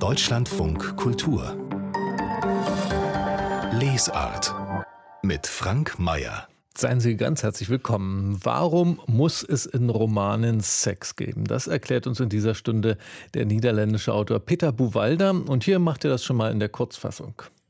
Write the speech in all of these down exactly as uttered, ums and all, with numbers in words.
Deutschlandfunk Kultur Lesart mit Frank Mayer. Seien Sie ganz herzlich willkommen. Warum muss es in Romanen Sex geben? Das erklärt uns in dieser Stunde der niederländische Autor Peter Buwalda. Und hier macht er das schon mal in der Kurzfassung.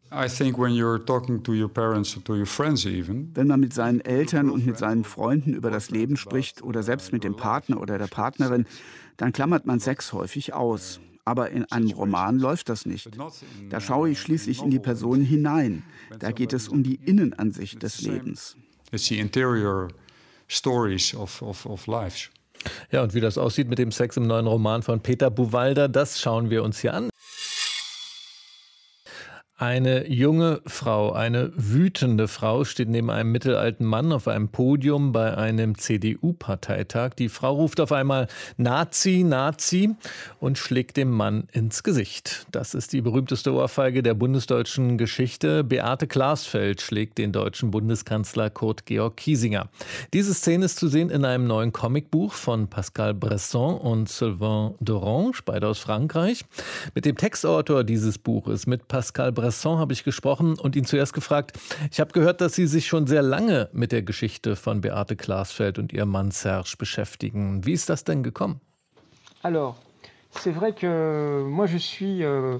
Wenn man mit seinen Eltern und mit seinen Freunden über das Leben spricht oder selbst mit dem Partner oder der Partnerin, dann klammert man Sex häufig aus. Aber in einem Roman läuft das nicht. Da schaue ich schließlich in die Person hinein. Da geht es um die Innenansicht des Lebens. Ja, und wie das aussieht mit dem Sex im neuen Roman von Peter Buwalda, das schauen wir uns hier an. Eine junge Frau, eine wütende Frau steht neben einem mittelalten Mann auf einem Podium bei einem C D U-Parteitag. Die Frau ruft auf einmal Nazi, Nazi und schlägt dem Mann ins Gesicht. Das ist die berühmteste Ohrfeige der bundesdeutschen Geschichte. Beate Glasfeld schlägt den deutschen Bundeskanzler Kurt Georg Kiesinger. Diese Szene ist zu sehen in einem neuen Comicbuch von Pascal Bresson und Sylvain Dorange, beide aus Frankreich. Mit dem Textautor dieses Buches, mit Pascal Bresson, habe ich gesprochen und ihn zuerst gefragt, ich habe gehört, dass Sie sich schon sehr lange mit der Geschichte von Beate Glasfeld und ihrem Mann Serge beschäftigen. Wie ist das denn gekommen? Alors, c'est vrai que moi je suis euh,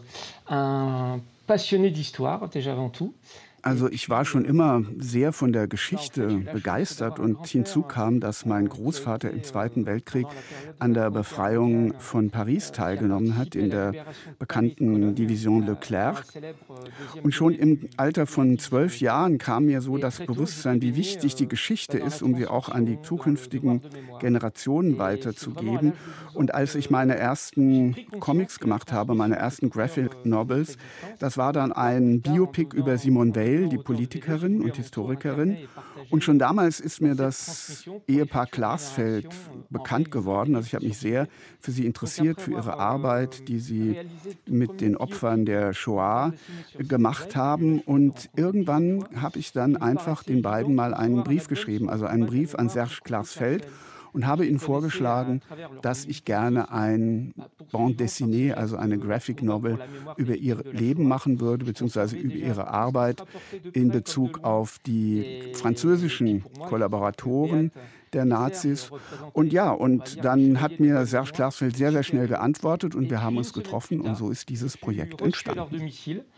un passionné d'histoire, déjà avant tout. Also ich war schon immer sehr von der Geschichte begeistert und hinzu kam, dass mein Großvater im Zweiten Weltkrieg an der Befreiung von Paris teilgenommen hat, in der bekannten Division Leclerc. Und schon im Alter von zwölf Jahren kam mir so das Bewusstsein, wie wichtig die Geschichte ist, um sie auch an die zukünftigen Generationen weiterzugeben. Und als ich meine ersten Comics gemacht habe, meine ersten Graphic Novels, das war dann ein Biopic über Simone Weil, die Politikerin und Historikerin. Und schon damals ist mir das Ehepaar Glasfeld bekannt geworden. Also ich habe mich sehr für sie interessiert, für ihre Arbeit, die sie mit den Opfern der Shoah gemacht haben. Und irgendwann habe ich dann einfach den beiden mal einen Brief geschrieben, also einen Brief an Serge Glasfeld, und habe ihnen vorgeschlagen, dass ich gerne ein Bande dessinée, also eine Graphic Novel, über ihr Leben machen würde, beziehungsweise über ihre Arbeit in Bezug auf die französischen Kollaboratoren der Nazis. Und ja, und dann hat mir Serge Glasfeld sehr, sehr schnell geantwortet und wir haben uns getroffen und so ist dieses Projekt entstanden.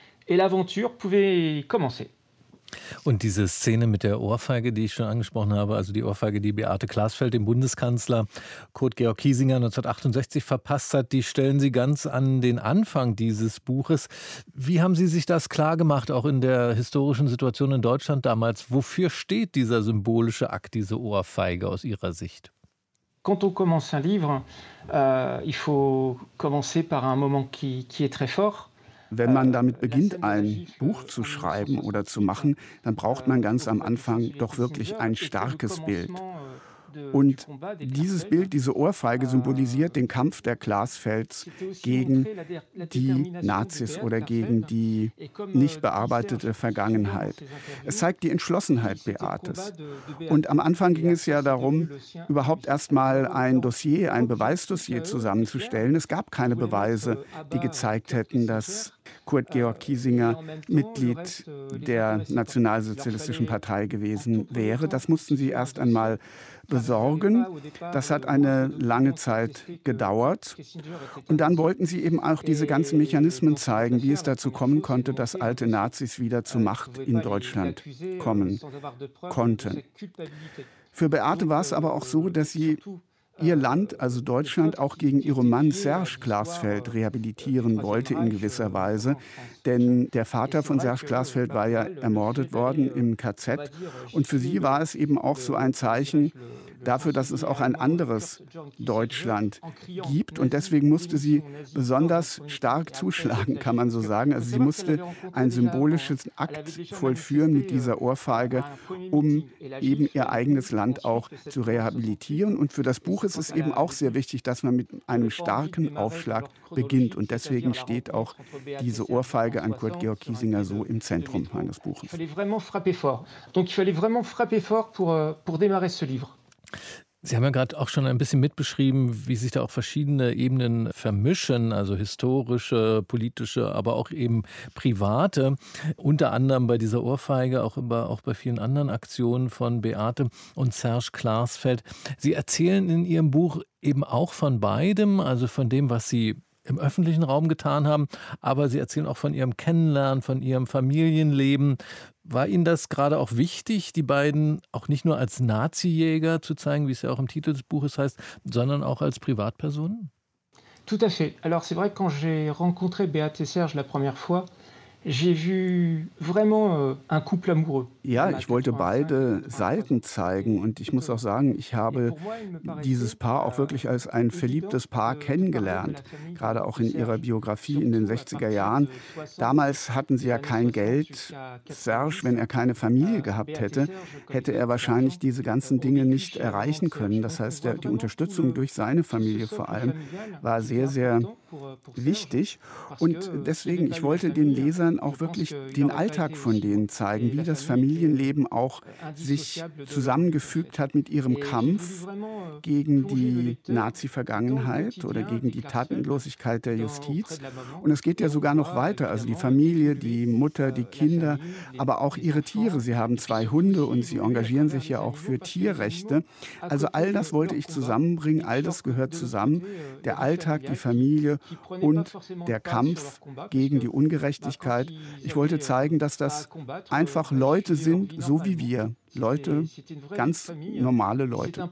Und diese Szene mit der Ohrfeige, die ich schon angesprochen habe, also die Ohrfeige, die Beate Glasfeld dem Bundeskanzler Kurt Georg Kiesinger neunzehnhundertachtundsechzig verpasst hat, die stellen Sie ganz an den Anfang dieses Buches. Wie haben Sie sich das klar gemacht, auch in der historischen Situation in Deutschland damals? Wofür steht dieser symbolische Akt, diese Ohrfeige aus Ihrer Sicht? Quand on commence un livre, euh, il faut commencer par un moment qui, qui est très fort. Wenn man damit beginnt, ein Buch zu schreiben oder zu machen, dann braucht man ganz am Anfang doch wirklich ein starkes Bild. Und dieses Bild, diese Ohrfeige symbolisiert den Kampf der Glasfelds gegen die Nazis oder gegen die nicht bearbeitete Vergangenheit. Es zeigt die Entschlossenheit Beates. Und am Anfang ging es ja darum, überhaupt erst mal ein Dossier, ein Beweisdossier zusammenzustellen. Es gab keine Beweise, die gezeigt hätten, dass Kurt Georg Kiesinger Mitglied der Nationalsozialistischen Partei gewesen wäre. Das mussten sie erst einmal besorgen. Das hat eine lange Zeit gedauert. Und dann wollten sie eben auch diese ganzen Mechanismen zeigen, wie es dazu kommen konnte, dass alte Nazis wieder zur Macht in Deutschland kommen konnten. Für Beate war es aber auch so, dass sie ihr Land, also Deutschland, auch gegen ihren Mann Serge Glasfeld rehabilitieren wollte in gewisser Weise. Denn der Vater von Serge Glasfeld war ja ermordet worden im K Z. Und für sie war es eben auch so ein Zeichen dafür, dass es auch ein anderes Deutschland gibt. Und deswegen musste sie besonders stark zuschlagen, kann man so sagen. Also sie musste ein symbolisches Akt vollführen mit dieser Ohrfeige, um eben ihr eigenes Land auch zu rehabilitieren. Und für das Buch ist es eben auch sehr wichtig, dass man mit einem starken Aufschlag beginnt. Und deswegen steht auch diese Ohrfeige an Kurt Georg Kiesinger so im Zentrum meines Buches. Sie haben ja gerade auch schon ein bisschen mitbeschrieben, wie sich da auch verschiedene Ebenen vermischen, also historische, politische, aber auch eben private. Unter anderem bei dieser Ohrfeige, auch, über, auch bei vielen anderen Aktionen von Beate und Serge Klarsfeld. Sie erzählen in Ihrem Buch eben auch von beidem, also von dem, was Sie im öffentlichen Raum getan haben, aber Sie erzählen auch von Ihrem Kennenlernen, von Ihrem Familienleben. War Ihnen das gerade auch wichtig, die beiden auch nicht nur als Nazi-Jäger zu zeigen, wie es ja auch im Titel des Buches heißt, sondern auch als Privatpersonen? Tout à fait. Alors c'est vrai que quand j'ai rencontré Beate et Serge la première fois, j'ai vu vraiment, heu, un couple amoureux. Ja, ich wollte beide Seiten zeigen und ich muss auch sagen, ich habe dieses Paar auch wirklich als ein verliebtes Paar kennengelernt, gerade auch in ihrer Biografie in den sechziger Jahren. Damals hatten sie ja kein Geld. Serge, wenn er keine Familie gehabt hätte, hätte er wahrscheinlich diese ganzen Dinge nicht erreichen können. Das heißt, der, die Unterstützung durch seine Familie vor allem war sehr, sehr wichtig. Und deswegen, ich wollte den Lesern auch wirklich den Alltag von denen zeigen, wie das Familienleben auch sich zusammengefügt hat mit ihrem Kampf gegen die Nazi-Vergangenheit oder gegen die Tatenlosigkeit der Justiz. Und es geht ja sogar noch weiter. Also die Familie, die Mutter, die Kinder, aber auch ihre Tiere. Sie haben zwei Hunde und sie engagieren sich ja auch für Tierrechte. Also all das wollte ich zusammenbringen, all das gehört zusammen. Der Alltag, die Familie und der Kampf gegen die Ungerechtigkeit. Ich wollte zeigen, dass das einfach Leute sind, so wie wir. Leute, ganz normale Leute.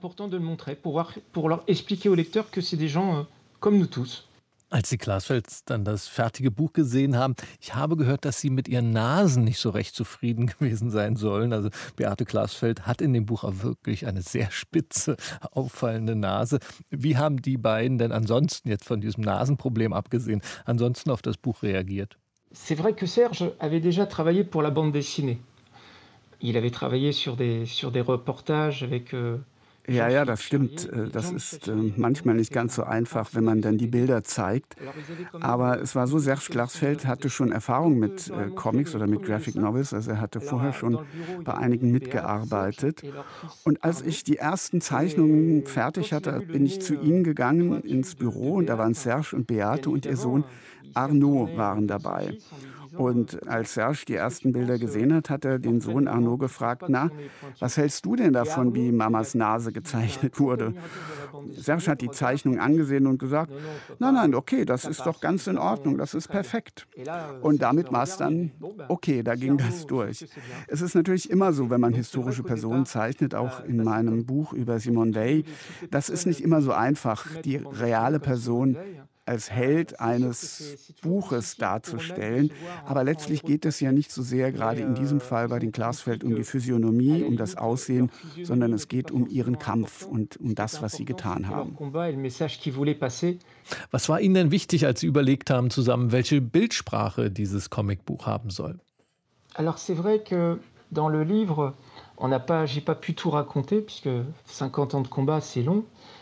Als die Klarsfelds dann das fertige Buch gesehen haben, ich habe gehört, dass sie mit ihren Nasen nicht so recht zufrieden gewesen sein sollen. Also Beate Klarsfeld hat in dem Buch auch wirklich eine sehr spitze, auffallende Nase. Wie haben die beiden denn ansonsten, jetzt von diesem Nasenproblem abgesehen, ansonsten auf das Buch reagiert? C'est vrai que Serge avait déjà travaillé pour la bande dessinée. Il avait travaillé sur des sur des reportages avec, heu Ja, ja, das stimmt. Äh, Das ist äh, manchmal nicht ganz so einfach, wenn man dann die Bilder zeigt. Aber es war so, Serge Klarsfeld hatte schon Erfahrung mit äh, Comics oder mit Graphic Novels. Also er hatte vorher schon bei einigen mitgearbeitet. Und als ich die ersten Zeichnungen fertig hatte, bin ich zu ihnen gegangen ins Büro und da waren Serge und Beate und ihr Sohn Arnaud waren dabei. Und als Serge die ersten Bilder gesehen hat, hat er den Sohn Arnaud gefragt, na, was hältst du denn davon, wie Mamas Nase gezeichnet wurde? Serge hat die Zeichnung angesehen und gesagt, nein, nein, okay, das ist doch ganz in Ordnung, das ist perfekt. Und damit war es dann okay, da ging das durch. Es ist natürlich immer so, wenn man historische Personen zeichnet, auch in meinem Buch über Simone Weil, das ist nicht immer so einfach, die reale Person als Held eines Buches darzustellen. Aber letztlich geht es ja nicht so sehr, gerade in diesem Fall bei den Klarsfeld, um die Physiognomie, um das Aussehen, sondern es geht um ihren Kampf und um das, was sie getan haben. Was war Ihnen denn wichtig, als Sie überlegt haben zusammen, welche Bildsprache dieses Comicbuch haben soll? Alors c'est vrai que dans le livre, on n'a pas j'ai pas pu tout raconter puisque cinquante ans de combat, c'est long.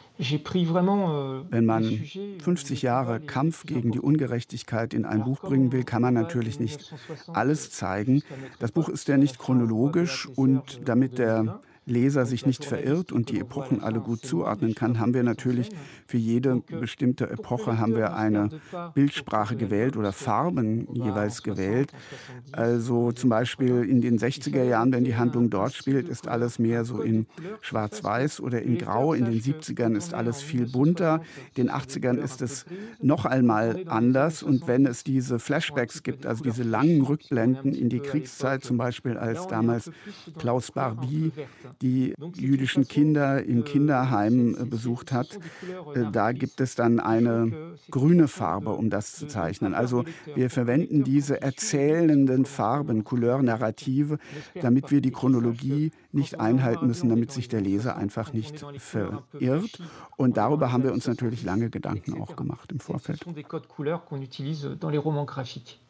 Wenn man fünfzig Jahre Kampf gegen die Ungerechtigkeit in ein Buch bringen will, kann man natürlich nicht alles zeigen. Das Buch ist ja nicht chronologisch und damit der Leser sich nicht verirrt und die Epochen alle gut zuordnen kann, haben wir natürlich für jede bestimmte Epoche haben wir eine Bildsprache gewählt oder Farben jeweils gewählt. Also zum Beispiel in den sechziger Jahren, wenn die Handlung dort spielt, ist alles mehr so in Schwarz-Weiß oder in Grau. In den siebzigern ist alles viel bunter. In den achtzigern ist es noch einmal anders. Und wenn es diese Flashbacks gibt, also diese langen Rückblenden in die Kriegszeit, zum Beispiel als damals Klaus Barbie die jüdischen Kinder im Kinderheim äh, besucht hat, äh, da gibt es dann eine grüne Farbe, um das zu zeichnen. Also wir verwenden diese erzählenden Farben, Couleur-Narrative, damit wir die Chronologie nicht einhalten müssen, damit sich der Leser einfach nicht verirrt. Und darüber haben wir uns natürlich lange Gedanken auch gemacht im Vorfeld.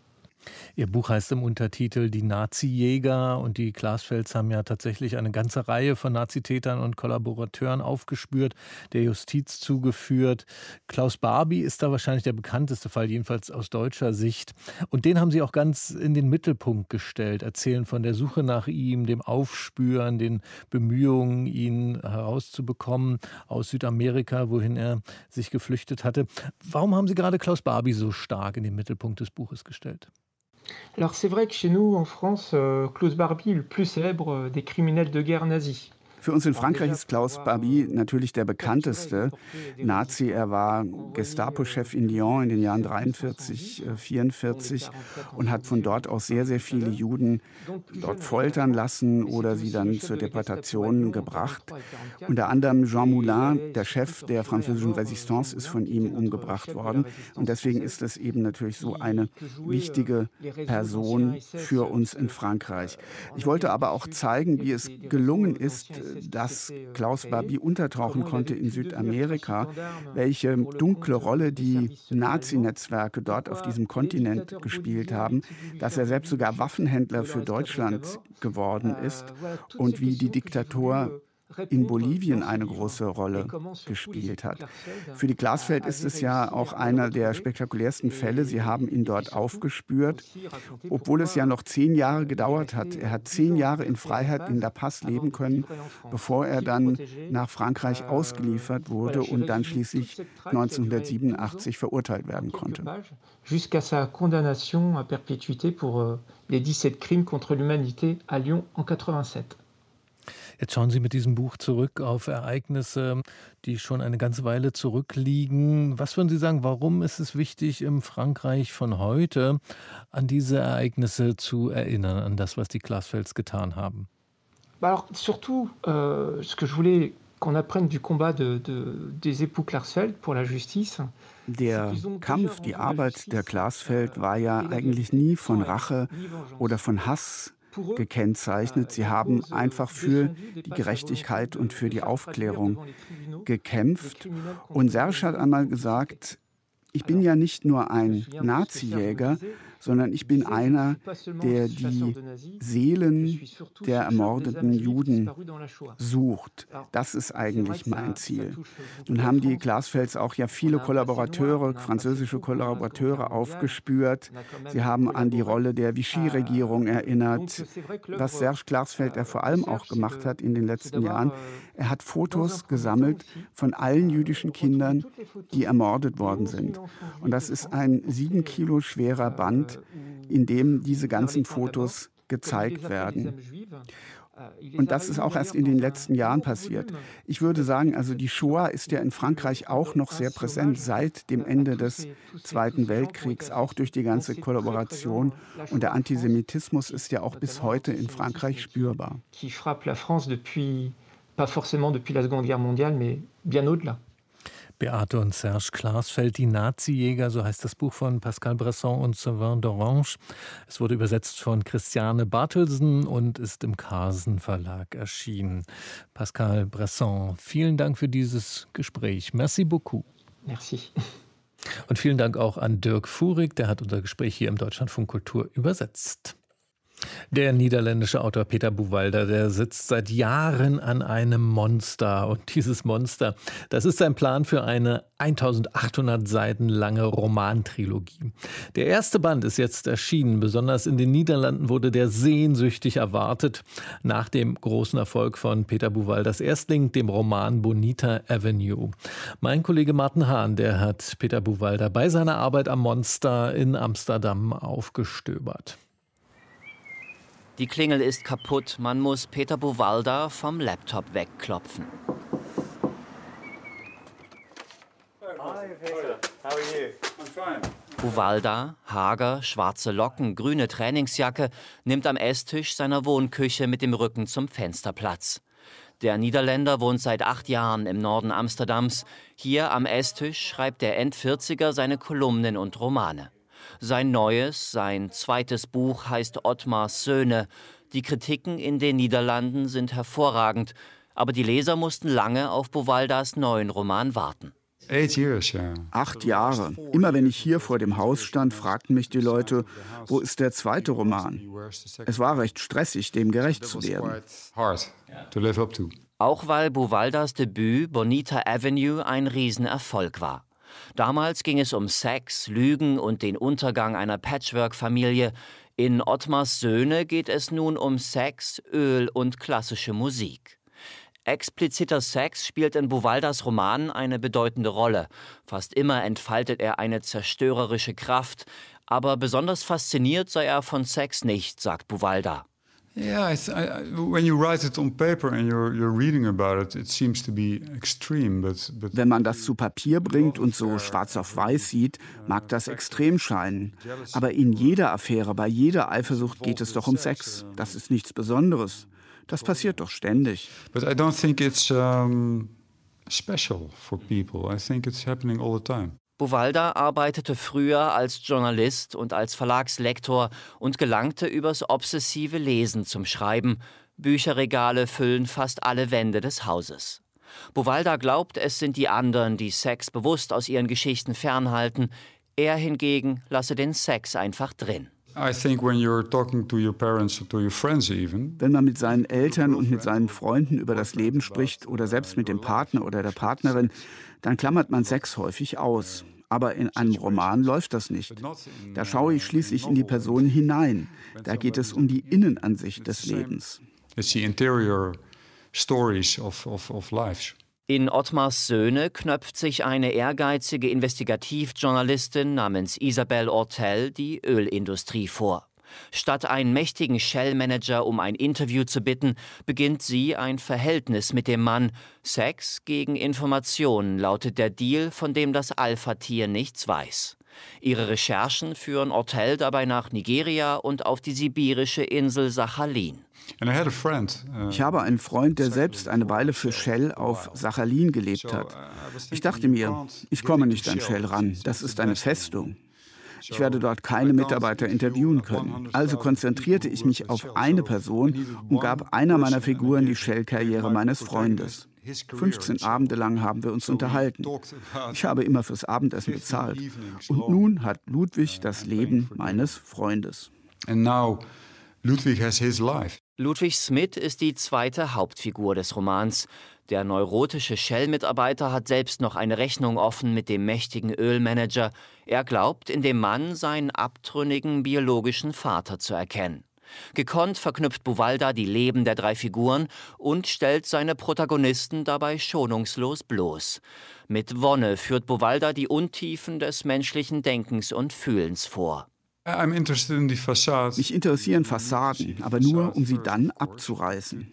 Ihr Buch heißt im Untertitel Die Nazi-Jäger und die Glasfelds haben ja tatsächlich eine ganze Reihe von Nazitätern und Kollaborateuren aufgespürt, der Justiz zugeführt. Klaus Barbie ist da wahrscheinlich der bekannteste Fall, jedenfalls aus deutscher Sicht. Und den haben Sie auch ganz in den Mittelpunkt gestellt, erzählen von der Suche nach ihm, dem Aufspüren, den Bemühungen, ihn herauszubekommen aus Südamerika, wohin er sich geflüchtet hatte. Warum haben Sie gerade Klaus Barbie so stark in den Mittelpunkt des Buches gestellt? Alors c'est vrai que chez nous en France, euh, Klaus Barbie est le plus célèbre euh, des criminels de guerre nazis. Für uns in Frankreich ist Klaus Barbie natürlich der bekannteste Nazi. Er war Gestapo-Chef in Lyon in den Jahren dreiundvierzig, vierundvierzig und hat von dort aus sehr, sehr viele Juden dort foltern lassen oder sie dann zur Deportation gebracht. Unter anderem Jean Moulin, der Chef der französischen Resistance, ist von ihm umgebracht worden. Und deswegen ist es eben natürlich so eine wichtige Person für uns in Frankreich. Ich wollte aber auch zeigen, wie es gelungen ist, dass Klaus Barbie untertauchen konnte in Südamerika, welche dunkle Rolle die Nazi-Netzwerke dort auf diesem Kontinent gespielt haben, dass er selbst sogar Waffenhändler für Deutschland geworden ist und wie die Diktatur in Bolivien eine große Rolle gespielt hat. Für die Glasfeld ist es ja auch einer der spektakulärsten Fälle. Sie haben ihn dort aufgespürt, obwohl es ja noch zehn Jahre gedauert hat. Er hat zehn Jahre in Freiheit in La Paz leben können, bevor er dann nach Frankreich ausgeliefert wurde und dann schließlich neunzehnhundertsiebenundachtzig verurteilt werden konnte. Jusqu'à sa condamnation à perpétuité pour les dix-sept crimes contre l'humanité à Lyon en quatre-vingt-sept. Jetzt schauen Sie mit diesem Buch zurück auf Ereignisse, die schon eine ganze Weile zurückliegen. Was würden Sie sagen, warum ist es wichtig, im Frankreich von heute an diese Ereignisse zu erinnern, an das, was die Glasfelds getan haben? Alors, surtout, euh, ce que je voulais qu'on apprenne du combat de, de, des époux Klarsfeld pour la justice. Der Kampf, die Arbeit der Glasfeld war ja eigentlich nie von Rache oder von Hass gekennzeichnet. Sie haben einfach für die Gerechtigkeit und für die Aufklärung gekämpft. Und Serge hat einmal gesagt, ich bin ja nicht nur ein Nazi-Jäger, sondern ich bin einer, der die Seelen der ermordeten Juden sucht. Das ist eigentlich mein Ziel. Nun haben die Glasfelds auch ja viele Kollaborateure, französische Kollaborateure aufgespürt. Sie haben an die Rolle der Vichy-Regierung erinnert. Was Serge Klarsfeld er vor allem auch gemacht hat in den letzten Jahren, er hat Fotos gesammelt von allen jüdischen Kindern, die ermordet worden sind. Und das ist ein sieben Kilo schwerer Band, in dem diese ganzen Fotos gezeigt werden. Und das ist auch erst in den letzten Jahren passiert. Ich würde sagen, also die Shoah ist ja in Frankreich auch noch sehr präsent seit dem Ende des Zweiten Weltkriegs, auch durch die ganze Kollaboration. Und der Antisemitismus ist ja auch bis heute in Frankreich spürbar. Qui frappe la France depuis, pas forcément depuis la Seconde Guerre mondiale, mais bien au-delà. Beate und Serge Klarsfeld, die Nazi-Jäger, so heißt das Buch von Pascal Bresson und Sylvain d'Orange. Es wurde übersetzt von Christiane Bartelsen und ist im Carsen Verlag erschienen. Pascal Bresson, vielen Dank für dieses Gespräch. Merci beaucoup. Merci. Und vielen Dank auch an Dirk Fuhrig, der hat unser Gespräch hier im Deutschlandfunk Kultur übersetzt. Der niederländische Autor Peter Buwalda, der sitzt seit Jahren an einem Monster. Und dieses Monster, das ist sein Plan für eine eintausendachthundert Seiten lange Romantrilogie. Der erste Band ist jetzt erschienen. Besonders in den Niederlanden wurde der sehnsüchtig erwartet. Nach dem großen Erfolg von Peter Buwaldas Erstling, dem Roman Bonita Avenue. Mein Kollege Martin Hahn, der hat Peter Buwalda bei seiner Arbeit am Monster in Amsterdam aufgestöbert. Die Klingel ist kaputt, man muss Peter Buwalda vom Laptop wegklopfen. Buwalda, hager, schwarze Locken, grüne Trainingsjacke, nimmt am Esstisch seiner Wohnküche mit dem Rücken zum Fenster Platz. Der Niederländer wohnt seit acht Jahren im Norden Amsterdams. Hier am Esstisch schreibt der Endvierziger seine Kolumnen und Romane. Sein neues, sein zweites Buch heißt Ottmars Söhne. Die Kritiken in den Niederlanden sind hervorragend, aber die Leser mussten lange auf Buwaldas neuen Roman warten. Acht Jahre. Immer wenn ich hier vor dem Haus stand, fragten mich die Leute, wo ist der zweite Roman? Es war recht stressig, dem gerecht zu werden. Auch weil Buwaldas Debüt Bonita Avenue ein Riesenerfolg war. Damals ging es um Sex, Lügen und den Untergang einer Patchwork-Familie. In Ottmars Söhne geht es nun um Sex, Öl und klassische Musik. Expliziter Sex spielt in Buwaldas Romanen eine bedeutende Rolle. Fast immer entfaltet er eine zerstörerische Kraft. Aber besonders fasziniert sei er von Sex nicht, sagt Buwalda. Yeah, it's, I, when you write it on paper and you're, you're reading about it, it seems to be extreme. But, but Wenn man das zu Papier bringt und so schwarz auf weiß sieht, mag das extrem scheinen. Aber in jeder Affäre, bei jeder Eifersucht geht es doch um Sex. Das ist nichts Besonderes. Das passiert doch ständig. But I don't think it's um, special for people. I think it's happening all the time. Buwalda arbeitete früher als Journalist und als Verlagslektor und gelangte übers obsessive Lesen zum Schreiben. Bücherregale füllen fast alle Wände des Hauses. Buwalda glaubt, es sind die anderen, die Sex bewusst aus ihren Geschichten fernhalten. Er hingegen lasse den Sex einfach drin. I think when you're talking to your parents or to your friends even. Wenn man mit seinen Eltern und mit seinen Freunden über das Leben spricht oder selbst mit dem Partner oder der Partnerin, dann klammert man Sex häufig aus. Aber in einem Roman läuft das nicht. Da schaue ich schließlich in die Personen hinein. Da geht es um die Innenansicht des Lebens. It's the interior stories of, of, of life. In Ottmars Söhne knöpft sich eine ehrgeizige Investigativjournalistin namens Isabelle Ortel die Ölindustrie vor. Statt einen mächtigen Shell-Manager um ein Interview zu bitten, beginnt sie ein Verhältnis mit dem Mann. Sex gegen Informationen lautet der Deal, von dem das Alpha-Tier nichts weiß. Ihre Recherchen führen Ortel dabei nach Nigeria und auf die sibirische Insel Sachalin. Ich habe einen Freund, der selbst eine Weile für Shell auf Sachalin gelebt hat. Ich dachte mir, ich komme nicht an Shell ran, das ist eine Festung. Ich werde dort keine Mitarbeiter interviewen können. Also konzentrierte ich mich auf eine Person und gab einer meiner Figuren die Shell-Karriere meines Freundes. fünfzehn Abende lang haben wir uns unterhalten. Ich habe immer fürs Abendessen bezahlt. Und nun hat Ludwig das Leben meines Freundes. And now Ludwig has his life. Ludwig Smith ist die zweite Hauptfigur des Romans. Der neurotische Shell-Mitarbeiter hat selbst noch eine Rechnung offen mit dem mächtigen Ölmanager. Er glaubt, in dem Mann seinen abtrünnigen biologischen Vater zu erkennen. Gekonnt verknüpft Buwalda die Leben der drei Figuren und stellt seine Protagonisten dabei schonungslos bloß. Mit Wonne führt Buwalda die Untiefen des menschlichen Denkens und Fühlens vor. Mich interessieren Fassaden, aber nur, um sie dann abzureißen.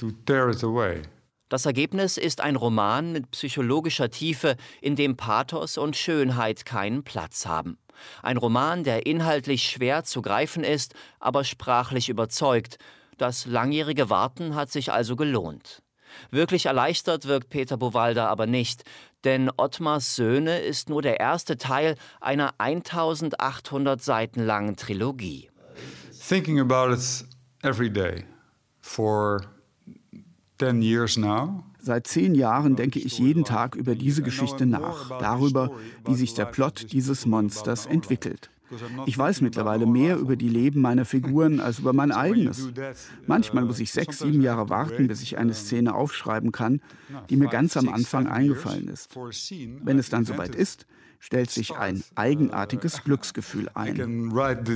Das Ergebnis ist ein Roman mit psychologischer Tiefe, in dem Pathos und Schönheit keinen Platz haben. Ein Roman, der inhaltlich schwer zu greifen ist, aber sprachlich überzeugt. Das langjährige Warten hat sich also gelohnt. Wirklich erleichtert wirkt Peter Buwalda aber nicht, denn Ottmars Söhne ist nur der erste Teil einer eintausendachthundert Seiten langen Trilogie. Thinking about it every day for ten years now. Seit zehn Jahren denke ich jeden Tag über diese Geschichte nach, darüber, wie sich der Plot dieses Monsters entwickelt. Ich weiß mittlerweile mehr über die Leben meiner Figuren als über mein eigenes. Manchmal muss ich sechs, sieben Jahre warten, bis ich eine Szene aufschreiben kann, die mir ganz am Anfang eingefallen ist. Wenn es dann soweit ist, stellt sich ein eigenartiges Glücksgefühl ein.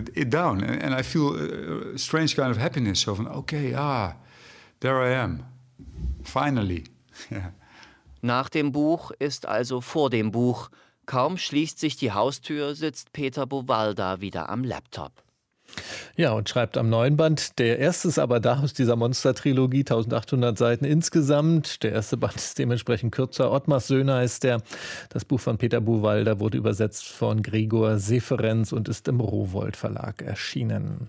Nach dem Buch ist also vor dem Buch. Kaum schließt sich die Haustür, sitzt Peter Buwalda wieder am Laptop. Ja, und schreibt am neuen Band. Der erste ist aber da aus dieser Monster-Trilogie, eintausendachthundert Seiten insgesamt. Der erste Band ist dementsprechend kürzer. Ottmars Söhne heißt der. Das Buch von Peter Buwalda wurde übersetzt von Gregor Seferenz und ist im Rowohlt Verlag erschienen.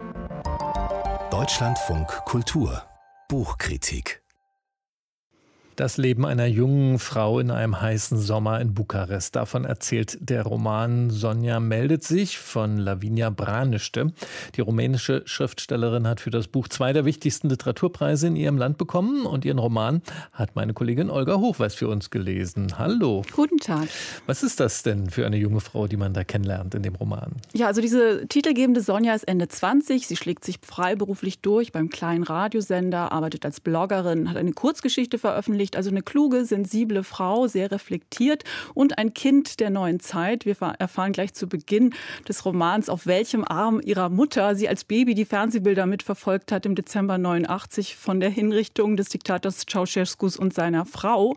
Deutschlandfunk Kultur Buchkritik. Das Leben einer jungen Frau in einem heißen Sommer in Bukarest. Davon erzählt der Roman Sonja meldet sich von Lavinia Braniște. Die rumänische Schriftstellerin hat für das Buch zwei der wichtigsten Literaturpreise in ihrem Land bekommen. Und ihren Roman hat meine Kollegin Olga Hochweiß für uns gelesen. Hallo. Guten Tag. Was ist das denn für eine junge Frau, die man da kennenlernt in dem Roman? Ja, also diese titelgebende Sonja ist Ende zwanzig. Sie schlägt sich freiberuflich durch beim kleinen Radiosender, arbeitet als Bloggerin, hat eine Kurzgeschichte veröffentlicht. Also eine kluge, sensible Frau, sehr reflektiert und ein Kind der neuen Zeit. Wir erfahren gleich zu Beginn des Romans, auf welchem Arm ihrer Mutter sie als Baby die Fernsehbilder mitverfolgt hat im Dezember neunundachtzig von der Hinrichtung des Diktators Ceausescu und seiner Frau.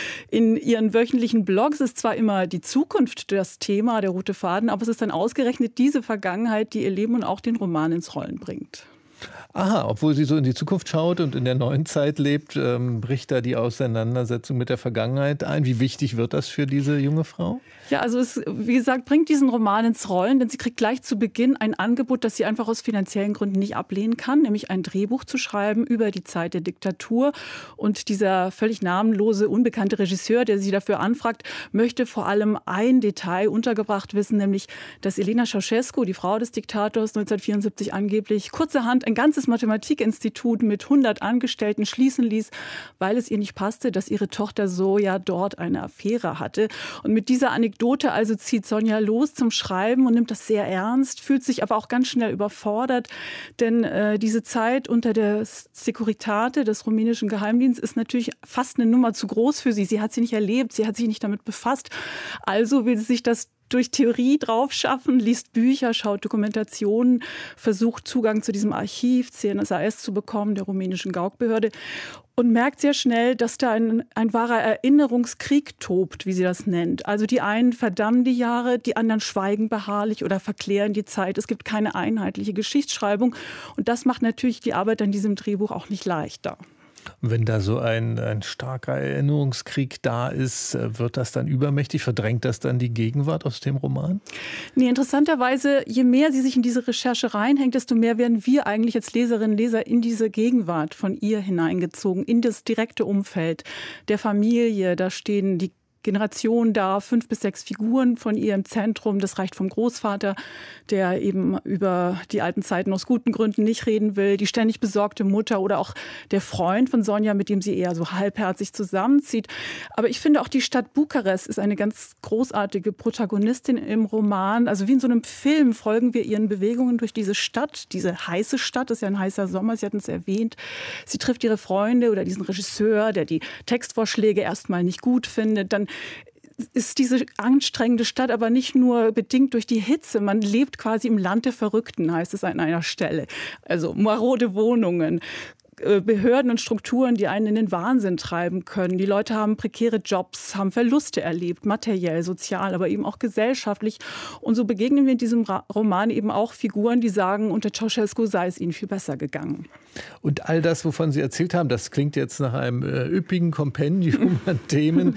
In ihren wöchentlichen Blogs ist zwar immer die Zukunft das Thema, der rote Faden, aber es ist dann ausgerechnet diese Vergangenheit, die ihr Leben und auch den Roman ins Rollen bringt. Aha, obwohl sie so in die Zukunft schaut und in der neuen Zeit lebt, ähm, bricht da die Auseinandersetzung mit der Vergangenheit ein. Wie wichtig wird das für diese junge Frau? Ja, also es, wie gesagt, bringt diesen Roman ins Rollen, denn sie kriegt gleich zu Beginn ein Angebot, das sie einfach aus finanziellen Gründen nicht ablehnen kann, nämlich ein Drehbuch zu schreiben über die Zeit der Diktatur. Und dieser völlig namenlose, unbekannte Regisseur, der sie dafür anfragt, möchte vor allem ein Detail untergebracht wissen, nämlich, dass Elena Ceausescu, die Frau des Diktators, neunzehnhundertvierundsiebzig angeblich kurzerhand ein ganzes Mathematikinstitut mit hundert Angestellten schließen ließ, weil es ihr nicht passte, dass ihre Tochter Zoja dort eine Affäre hatte. Und mit dieser Anekdote also zieht Sonja los zum Schreiben und nimmt das sehr ernst, fühlt sich aber auch ganz schnell überfordert, denn äh, diese Zeit unter der Securitate des rumänischen Geheimdienstes ist natürlich fast eine Nummer zu groß für sie. Sie hat sie nicht erlebt, sie hat sich nicht damit befasst. Also will sie sich das durch Theorie drauf schaffen, liest Bücher, schaut Dokumentationen, versucht Zugang zu diesem Archiv C N S A S zu bekommen, der rumänischen Gaukbehörde, und merkt sehr schnell, dass da ein, ein wahrer Erinnerungskrieg tobt, wie sie das nennt. Also die einen verdammen die Jahre, die anderen schweigen beharrlich oder verklären die Zeit. Es gibt keine einheitliche Geschichtsschreibung und das macht natürlich die Arbeit an diesem Drehbuch auch nicht leichter. Wenn da so ein, ein starker Erinnerungskrieg da ist, wird das dann übermächtig? Verdrängt das dann die Gegenwart aus dem Roman? Nee, interessanterweise, je mehr sie sich in diese Recherche reinhängt, desto mehr werden wir eigentlich als Leserinnen und Leser in diese Gegenwart von ihr hineingezogen, in das direkte Umfeld der Familie. Da stehen die Generation da, fünf bis sechs Figuren von ihr im Zentrum. Das reicht vom Großvater, der eben über die alten Zeiten aus guten Gründen nicht reden will, die ständig besorgte Mutter oder auch der Freund von Sonja, mit dem sie eher so halbherzig zusammenzieht. Aber ich finde auch die Stadt Bukarest ist eine ganz großartige Protagonistin im Roman. Also wie in so einem Film folgen wir ihren Bewegungen durch diese Stadt, diese heiße Stadt, ist ja ein heißer Sommer, Sie hatten es erwähnt. Sie trifft ihre Freunde oder diesen Regisseur, der die Textvorschläge erstmal nicht gut findet. Dann ist diese anstrengende Stadt aber nicht nur bedingt durch die Hitze. Man lebt quasi im Land der Verrückten, heißt es an einer Stelle. Also marode Wohnungen, Behörden und Strukturen, die einen in den Wahnsinn treiben können. Die Leute haben prekäre Jobs, haben Verluste erlebt, materiell, sozial, aber eben auch gesellschaftlich. Und so begegnen wir in diesem Roman eben auch Figuren, die sagen, unter Ceausescu sei es ihnen viel besser gegangen. Und all das, wovon Sie erzählt haben, das klingt jetzt nach einem äh, üppigen Kompendium an Themen.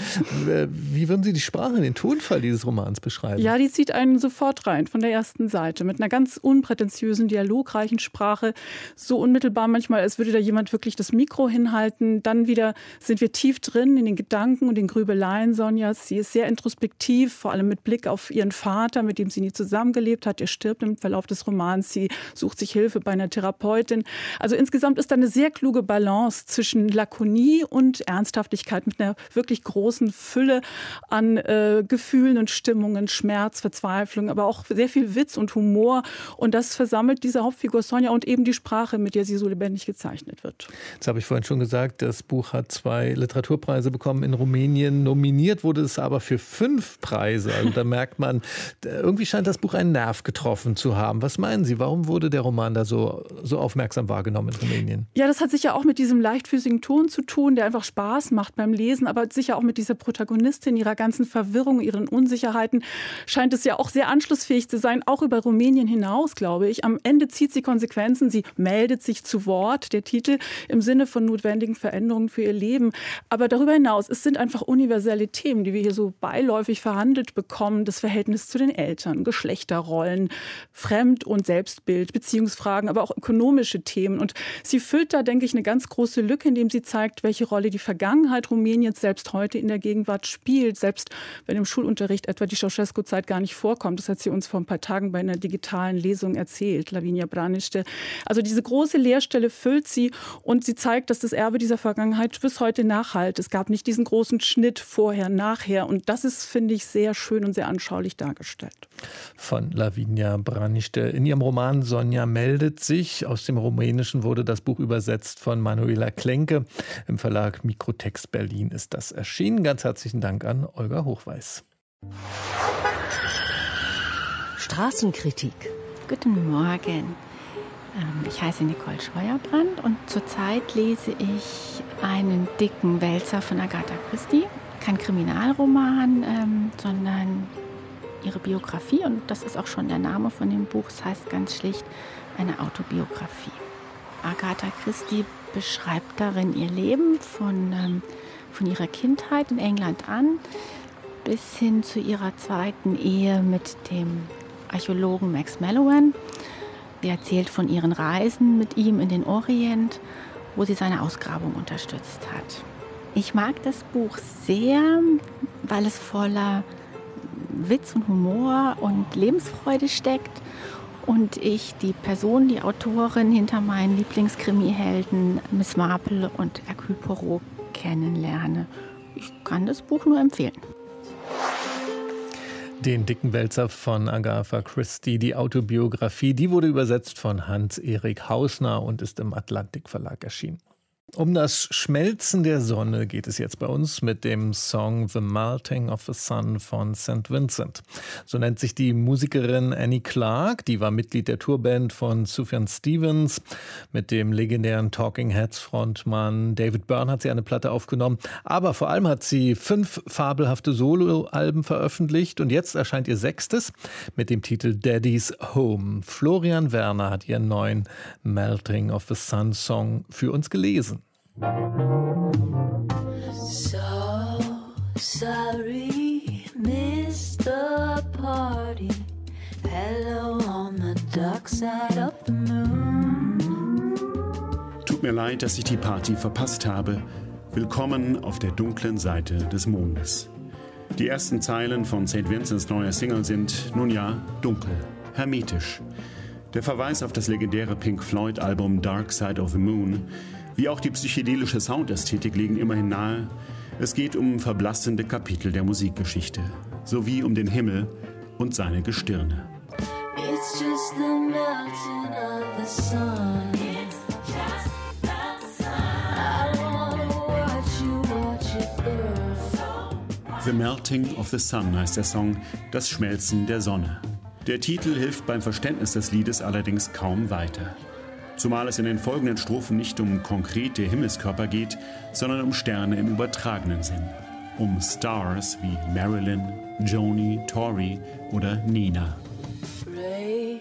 Wie würden Sie die Sprache, den Tonfall dieses Romans beschreiben? Ja, die zieht einen sofort rein, von der ersten Seite, mit einer ganz unprätentiösen, dialogreichen Sprache. So unmittelbar manchmal, als würde da jemand wirklich das Mikro hinhalten. Dann wieder sind wir tief drin in den Gedanken und den Grübeleien Sonjas. Sie ist sehr introspektiv, vor allem mit Blick auf ihren Vater, mit dem sie nie zusammengelebt hat. Er stirbt im Verlauf des Romans. Sie sucht sich Hilfe bei einer Therapeutin. Also insgesamt ist da eine sehr kluge Balance zwischen Lakonie und Ernsthaftigkeit mit einer wirklich großen Fülle an äh, Gefühlen und Stimmungen, Schmerz, Verzweiflung, aber auch sehr viel Witz und Humor. Und das versammelt diese Hauptfigur Sonja und eben die Sprache, mit der sie so lebendig gezeichnet wird. Jetzt habe ich vorhin schon gesagt, das Buch hat zwei Literaturpreise bekommen in Rumänien. Nominiert wurde es aber für fünf Preise. Also da merkt man, irgendwie scheint das Buch einen Nerv getroffen zu haben. Was meinen Sie, warum wurde der Roman da so, so aufmerksam wahrgenommen in Rumänien? Ja, das hat sicher auch mit diesem leichtfüßigen Ton zu tun, der einfach Spaß macht beim Lesen, aber sicher auch mit dieser Protagonistin, ihrer ganzen Verwirrung, ihren Unsicherheiten, scheint es ja auch sehr anschlussfähig zu sein, auch über Rumänien hinaus, glaube ich. Am Ende zieht sie Konsequenzen, sie meldet sich zu Wort, der Titel, im Sinne von notwendigen Veränderungen für ihr Leben. Aber darüber hinaus, es sind einfach universelle Themen, die wir hier so beiläufig verhandelt bekommen. Das Verhältnis zu den Eltern, Geschlechterrollen, Fremd- und Selbstbild, Beziehungsfragen, aber auch ökonomische Themen. Und sie füllt da, denke ich, eine ganz große Lücke, indem sie zeigt, welche Rolle die Vergangenheit Rumäniens selbst heute in der Gegenwart spielt, selbst wenn im Schulunterricht etwa die Ceausescu-Zeit gar nicht vorkommt. Das hat sie uns vor ein paar Tagen bei einer digitalen Lesung erzählt, Lavinia Braniște. Also diese große Leerstelle füllt sie und sie zeigt, dass das Erbe dieser Vergangenheit bis heute nachhalt. Es gab nicht diesen großen Schnitt vorher, nachher und das ist, finde ich, sehr schön und sehr anschaulich dargestellt. Von Lavinia Braniște. In ihrem Roman Sonja meldet sich. Aus dem Rumänischen wurde das Buch übersetzt von Manuela Klenke. Im Verlag Mikrotext Berlin ist das erschienen. Ganz herzlichen Dank an Olga Hochweiß. Straßenkritik. Guten Morgen. Ich heiße Nicole Scheuerbrand und zurzeit lese ich einen dicken Wälzer von Agatha Christie. Kein Kriminalroman, ähm, sondern ihre Biografie. Und das ist auch schon der Name von dem Buch. Es heißt ganz schlicht eine Autobiografie. Agatha Christie beschreibt darin ihr Leben von, ähm, von ihrer Kindheit in England an bis hin zu ihrer zweiten Ehe mit dem Archäologen Max Mallowan. Sie erzählt von ihren Reisen mit ihm in den Orient, wo sie seine Ausgrabung unterstützt hat. Ich mag das Buch sehr, weil es voller Witz und Humor und Lebensfreude steckt und ich die Person, die Autorin hinter meinen Lieblingskrimi-Helden Miss Marple und Hercule Poirot kennenlerne. Ich kann das Buch nur empfehlen. Den dicken Wälzer von Agatha Christie, die Autobiografie, die wurde übersetzt von Hans-Erik Hausner und ist im Atlantik Verlag erschienen. Um das Schmelzen der Sonne geht es jetzt bei uns mit dem Song The Melting of the Sun von Saint Vincent. So nennt sich die Musikerin Annie Clark, die war Mitglied der Tourband von Sufjan Stevens. Mit dem legendären Talking Heads Frontmann David Byrne hat sie eine Platte aufgenommen. Aber vor allem hat sie fünf fabelhafte Soloalben veröffentlicht und jetzt erscheint ihr sechstes mit dem Titel Daddy's Home. Florian Werner hat ihren neuen Melting of the Sun Song für uns gelesen. So sorry, missed the party. Hello on the dark side of the moon. Tut mir leid, dass ich die Party verpasst habe. Willkommen auf der dunklen Seite des Mondes. Die ersten Zeilen von Saint Vincents neuer Single sind, nun ja, dunkel, hermetisch. Der Verweis auf das legendäre Pink Floyd-Album Dark Side of the Moon wie auch die psychedelische Soundästhetik legen immerhin nahe. Es geht um verblassende Kapitel der Musikgeschichte, sowie um den Himmel und seine Gestirne. It's just the melting of the sun. I wanna watch you, watch it burn. The Melting of the Sun heißt der Song, das Schmelzen der Sonne. Der Titel hilft beim Verständnis des Liedes allerdings kaum weiter. Zumal es in den folgenden Strophen nicht um konkrete Himmelskörper geht, sondern um Sterne im übertragenen Sinn. Um Stars wie Marilyn, Joni, Tori oder Nina. Brave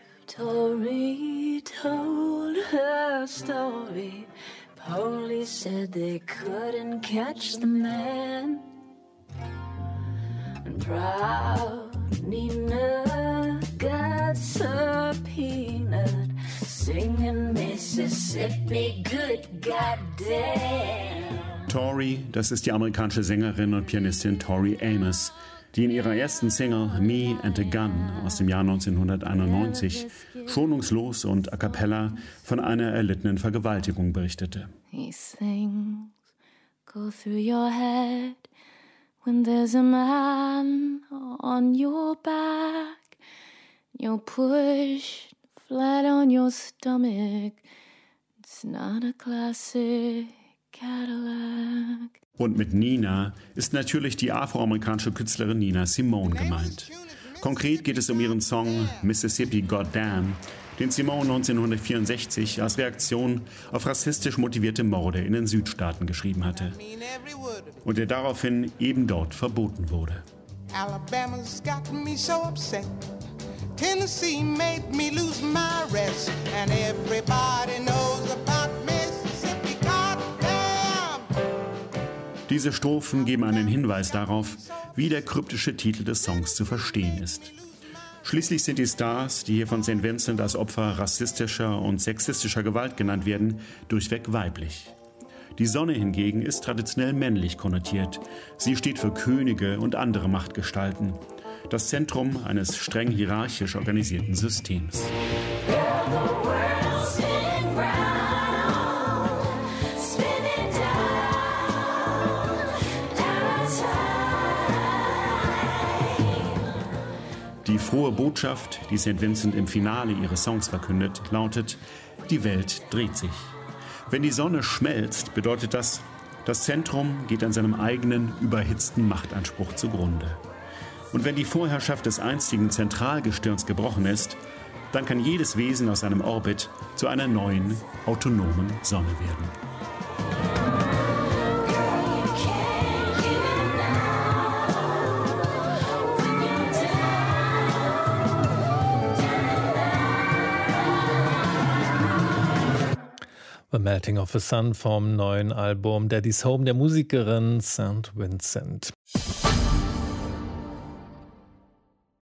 Tori told her story. Police said they couldn't catch the man. And proud Nina got subpoenaed. Singing Mississippi, good goddamn. Tori, das ist die amerikanische Sängerin und Pianistin Tori Amos, die in ihrer ersten Single Me and a Gun aus dem Jahr neunzehnhunderteinundneunzig schonungslos und a cappella von einer erlittenen Vergewaltigung berichtete. These things go through your head when there's a man on your back. You're pushed flat on your stomach. It's not a classic Cadillac. Und mit Nina ist natürlich die afroamerikanische Künstlerin Nina Simone gemeint. Konkret geht es um ihren Song Mississippi Goddamn, den Simone neunzehnhundertvierundsechzig als Reaktion auf rassistisch motivierte Morde in den Südstaaten geschrieben hatte und der daraufhin eben dort verboten wurde. Alabama's got me so upset. Tennessee made me lose my rest. And everybody knows about Mississippi, goddamn. Diese Strophen geben einen Hinweis darauf, wie der kryptische Titel des Songs zu verstehen ist. Schließlich sind die Stars, die hier von Saint Vincent als Opfer rassistischer und sexistischer Gewalt genannt werden, durchweg weiblich. Die Sonne hingegen ist traditionell männlich konnotiert. Sie steht für Könige und andere Machtgestalten. Das Zentrum eines streng hierarchisch organisierten Systems. Die frohe Botschaft, die Saint Vincent im Finale ihres Songs verkündet, lautet: Die Welt dreht sich. Wenn die Sonne schmelzt, bedeutet das, das Zentrum geht an seinem eigenen, überhitzten Machtanspruch zugrunde. Und wenn die Vorherrschaft des einstigen Zentralgestirns gebrochen ist, dann kann jedes Wesen aus seinem Orbit zu einer neuen, autonomen Sonne werden. The Melting of the Sun vom neuen Album Daddy's Home der Musikerin Saint Vincent.